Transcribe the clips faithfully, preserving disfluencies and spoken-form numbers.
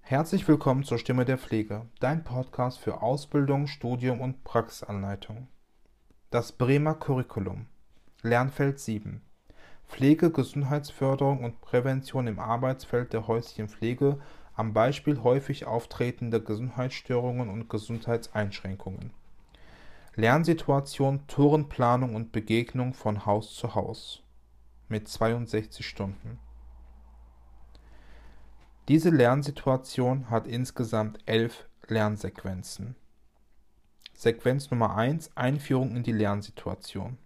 Herzlich willkommen zur Stimme der Pflege, dein Podcast für Ausbildung, Studium und Praxisanleitung. Das Bremer Curriculum. Lernfeld sieben. Pflege, Gesundheitsförderung und Prävention im Arbeitsfeld der häuslichen Pflege am Beispiel häufig auftretender Gesundheitsstörungen und Gesundheitseinschränkungen. Lernsituation, Tourenplanung und Begegnung von Haus zu Haus mit zweiundsechzig Stunden. Diese Lernsituation hat insgesamt elf Lernsequenzen. Sequenz Nummer eins: Einführung in die Lernsituation.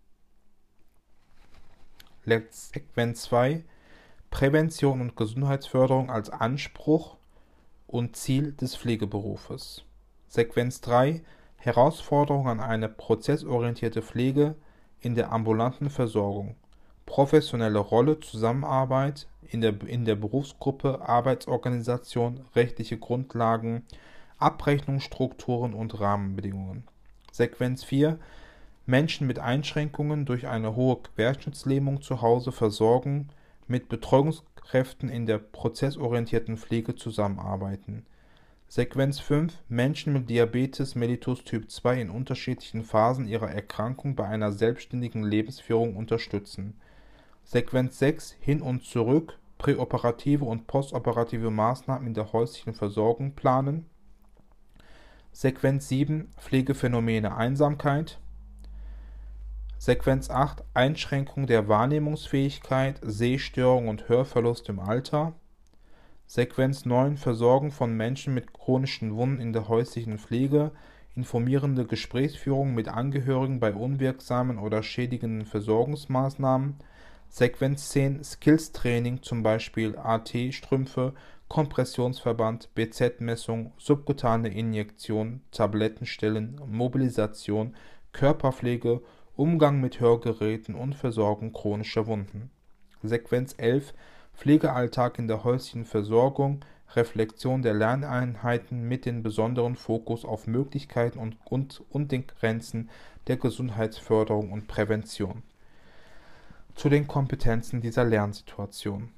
Sequenz zwei: Prävention und Gesundheitsförderung als Anspruch und Ziel des Pflegeberufes. Sequenz drei: Herausforderung an eine prozessorientierte Pflege in der ambulanten Versorgung. Professionelle Rolle, Zusammenarbeit in der, in der Berufsgruppe, Arbeitsorganisation, rechtliche Grundlagen, Abrechnungsstrukturen und Rahmenbedingungen. Sequenz vier: Menschen mit Einschränkungen durch eine hohe Querschnittslähmung zu Hause versorgen, mit Betreuungskräften in der prozessorientierten Pflege zusammenarbeiten. Sequenz fünf: Menschen mit Diabetes mellitus Typ zwei in unterschiedlichen Phasen ihrer Erkrankung bei einer selbstständigen Lebensführung unterstützen. Sequenz sechs: Hin und zurück, präoperative und postoperative Maßnahmen in der häuslichen Versorgung planen. Sequenz sieben: Pflegephänomene Einsamkeit. Sequenz acht: Einschränkung der Wahrnehmungsfähigkeit, Sehstörung und Hörverlust im Alter. Sequenz neun: Versorgung von Menschen mit chronischen Wunden in der häuslichen Pflege, informierende Gesprächsführung mit Angehörigen bei unwirksamen oder schädigenden Versorgungsmaßnahmen. Sequenz zehn: Skills-Training, zum Beispiel A T-Strümpfe, Kompressionsverband, B Z-Messung, subkutane Injektion, Tablettenstellen, Mobilisation, Körperpflege, Umgang mit Hörgeräten und Versorgung chronischer Wunden. Sequenz elf: Pflegealltag in der häuslichen Versorgung, Reflexion der Lerneinheiten mit dem besonderen Fokus auf Möglichkeiten und, und, und den Grenzen der Gesundheitsförderung und Prävention. Zu den Kompetenzen dieser Lernsituation.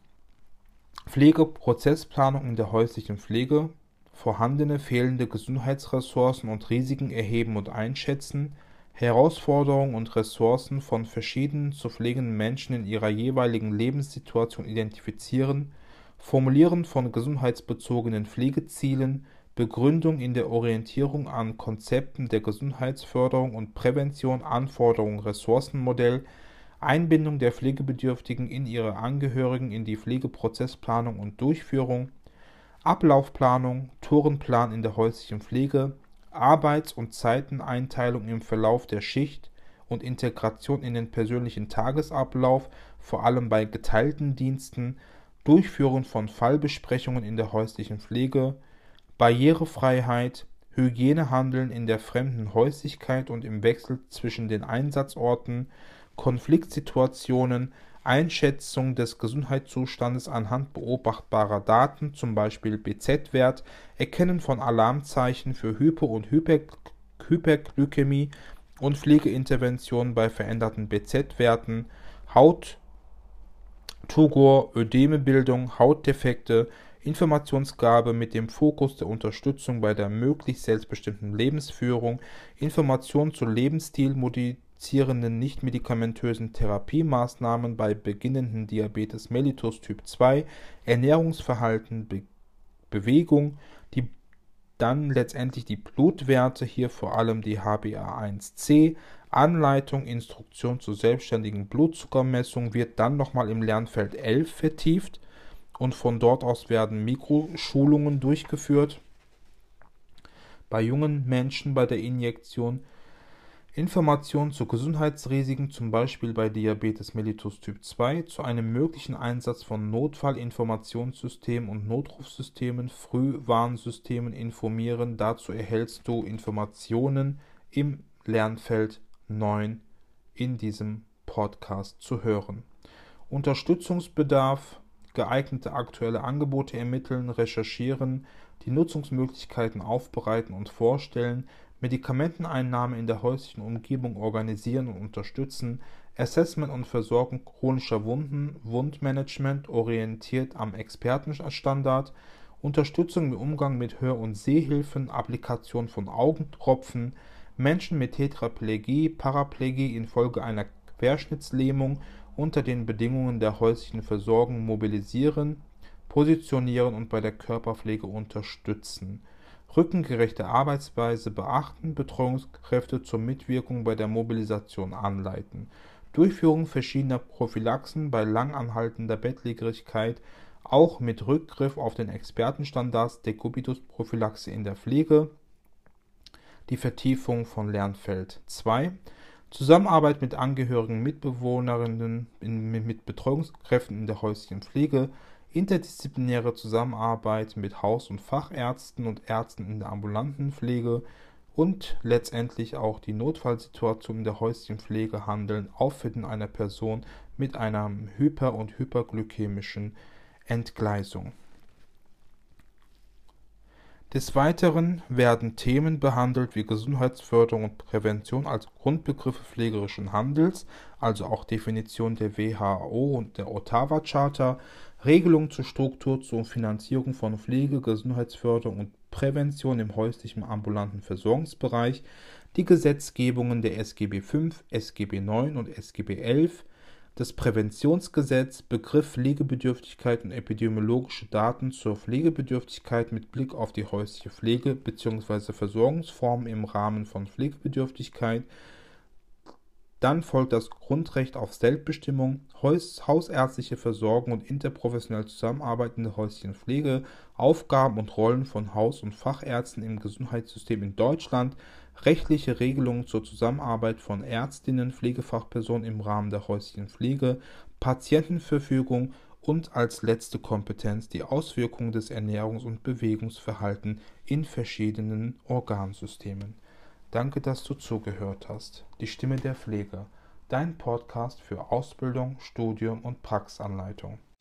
Pflegeprozessplanung in der häuslichen Pflege, vorhandene fehlende Gesundheitsressourcen und Risiken erheben und einschätzen, Herausforderungen und Ressourcen von verschiedenen zu pflegenden Menschen in ihrer jeweiligen Lebenssituation identifizieren, Formulieren von gesundheitsbezogenen Pflegezielen, Begründung in der Orientierung an Konzepten der Gesundheitsförderung und Prävention, Anforderungen, Ressourcenmodell, Einbindung der Pflegebedürftigen in ihre Angehörigen in die Pflegeprozessplanung und Durchführung, Ablaufplanung, Tourenplan in der häuslichen Pflege, Arbeits- und Zeiteneinteilung im Verlauf der Schicht und Integration in den persönlichen Tagesablauf, vor allem bei geteilten Diensten, Durchführung von Fallbesprechungen in der häuslichen Pflege, Barrierefreiheit, Hygienehandeln in der fremden Häuslichkeit und im Wechsel zwischen den Einsatzorten, Konfliktsituationen, Einschätzung des Gesundheitszustandes anhand beobachtbarer Daten, zum Beispiel B Z-Wert, Erkennen von Alarmzeichen für Hypo- und Hyper Hyperglykämie und Pflegeinterventionen bei veränderten B Z-Werten, Haut, Turgor, Ödemebildung, Hautdefekte, Informationsgabe mit dem Fokus der Unterstützung bei der möglichst selbstbestimmten Lebensführung, Information zu Lebensstil-modifizierenden nichtmedikamentösen Therapiemaßnahmen bei beginnenden Diabetes mellitus Typ zwei, Ernährungsverhalten, Be Bewegung, die dann letztendlich die Blutwerte, hier vor allem die H b A eins C, Anleitung, Instruktion zur selbstständigen Blutzuckermessung wird dann nochmal im Lernfeld elf vertieft und von dort aus werden Mikroschulungen durchgeführt. Bei jungen Menschen bei der Injektion Informationen zu Gesundheitsrisiken, zum Beispiel bei Diabetes mellitus Typ zwei, zu einem möglichen Einsatz von Notfallinformationssystemen und Notrufsystemen, Frühwarnsystemen informieren. Dazu erhältst du Informationen im Lernfeld neun in diesem Podcast zu hören. Unterstützungsbedarf, geeignete aktuelle Angebote ermitteln, recherchieren, die Nutzungsmöglichkeiten aufbereiten und vorstellen, Medikamenteneinnahme in der häuslichen Umgebung organisieren und unterstützen, Assessment und Versorgung chronischer Wunden, Wundmanagement orientiert am Expertenstandard Unterstützung im Umgang mit Hör- und Sehhilfen, Applikation von Augentropfen, Menschen mit Tetraplegie, Paraplegie infolge einer Querschnittslähmung unter den Bedingungen der häuslichen Versorgung mobilisieren, positionieren und bei der Körperpflege unterstützen. Rückengerechte Arbeitsweise beachten, Betreuungskräfte zur Mitwirkung bei der Mobilisation anleiten. Durchführung verschiedener Prophylaxen bei langanhaltender Bettlägerigkeit, auch mit Rückgriff auf den Expertenstandards Dekubitus-Prophylaxe in der Pflege. Die Vertiefung von Lernfeld zwei. Zusammenarbeit mit Angehörigen, Mitbewohnerinnen, in, mit Betreuungskräften in der häuslichen Pflege, interdisziplinäre Zusammenarbeit mit Haus- und Fachärzten und Ärzten in der ambulanten Pflege und letztendlich auch die Notfallsituation in der häuslichen Pflege handeln, Auffinden einer Person mit einer hyper- und hyperglykämischen Entgleisung. Des Weiteren werden Themen behandelt wie Gesundheitsförderung und Prävention als Grundbegriffe pflegerischen Handels, also auch Definition der W H O und der Ottawa-Charta, Regelungen zur Struktur zur Finanzierung von Pflege, Gesundheitsförderung und Prävention im häuslichen ambulanten Versorgungsbereich, die Gesetzgebungen der S G B fünf, S G B neun und S G B elf, das Präventionsgesetz, Begriff Pflegebedürftigkeit und epidemiologische Daten zur Pflegebedürftigkeit mit Blick auf die häusliche Pflege bzw. Versorgungsformen im Rahmen von Pflegebedürftigkeit. Dann folgt das Grundrecht auf Selbstbestimmung, Haus, hausärztliche Versorgung und interprofessionelle Zusammenarbeit in der häuslichen Pflege, Aufgaben und Rollen von Haus- und Fachärzten im Gesundheitssystem in Deutschland, rechtliche Regelungen zur Zusammenarbeit von Ärztinnen, Pflegefachpersonen im Rahmen der häuslichen Pflege, Patientenverfügung und als letzte Kompetenz die Auswirkungen des Ernährungs- und Bewegungsverhaltens in verschiedenen Organsystemen. Danke, dass du zugehört hast. Die Stimme der Pflege, dein Podcast für Ausbildung, Studium und Praxisanleitung.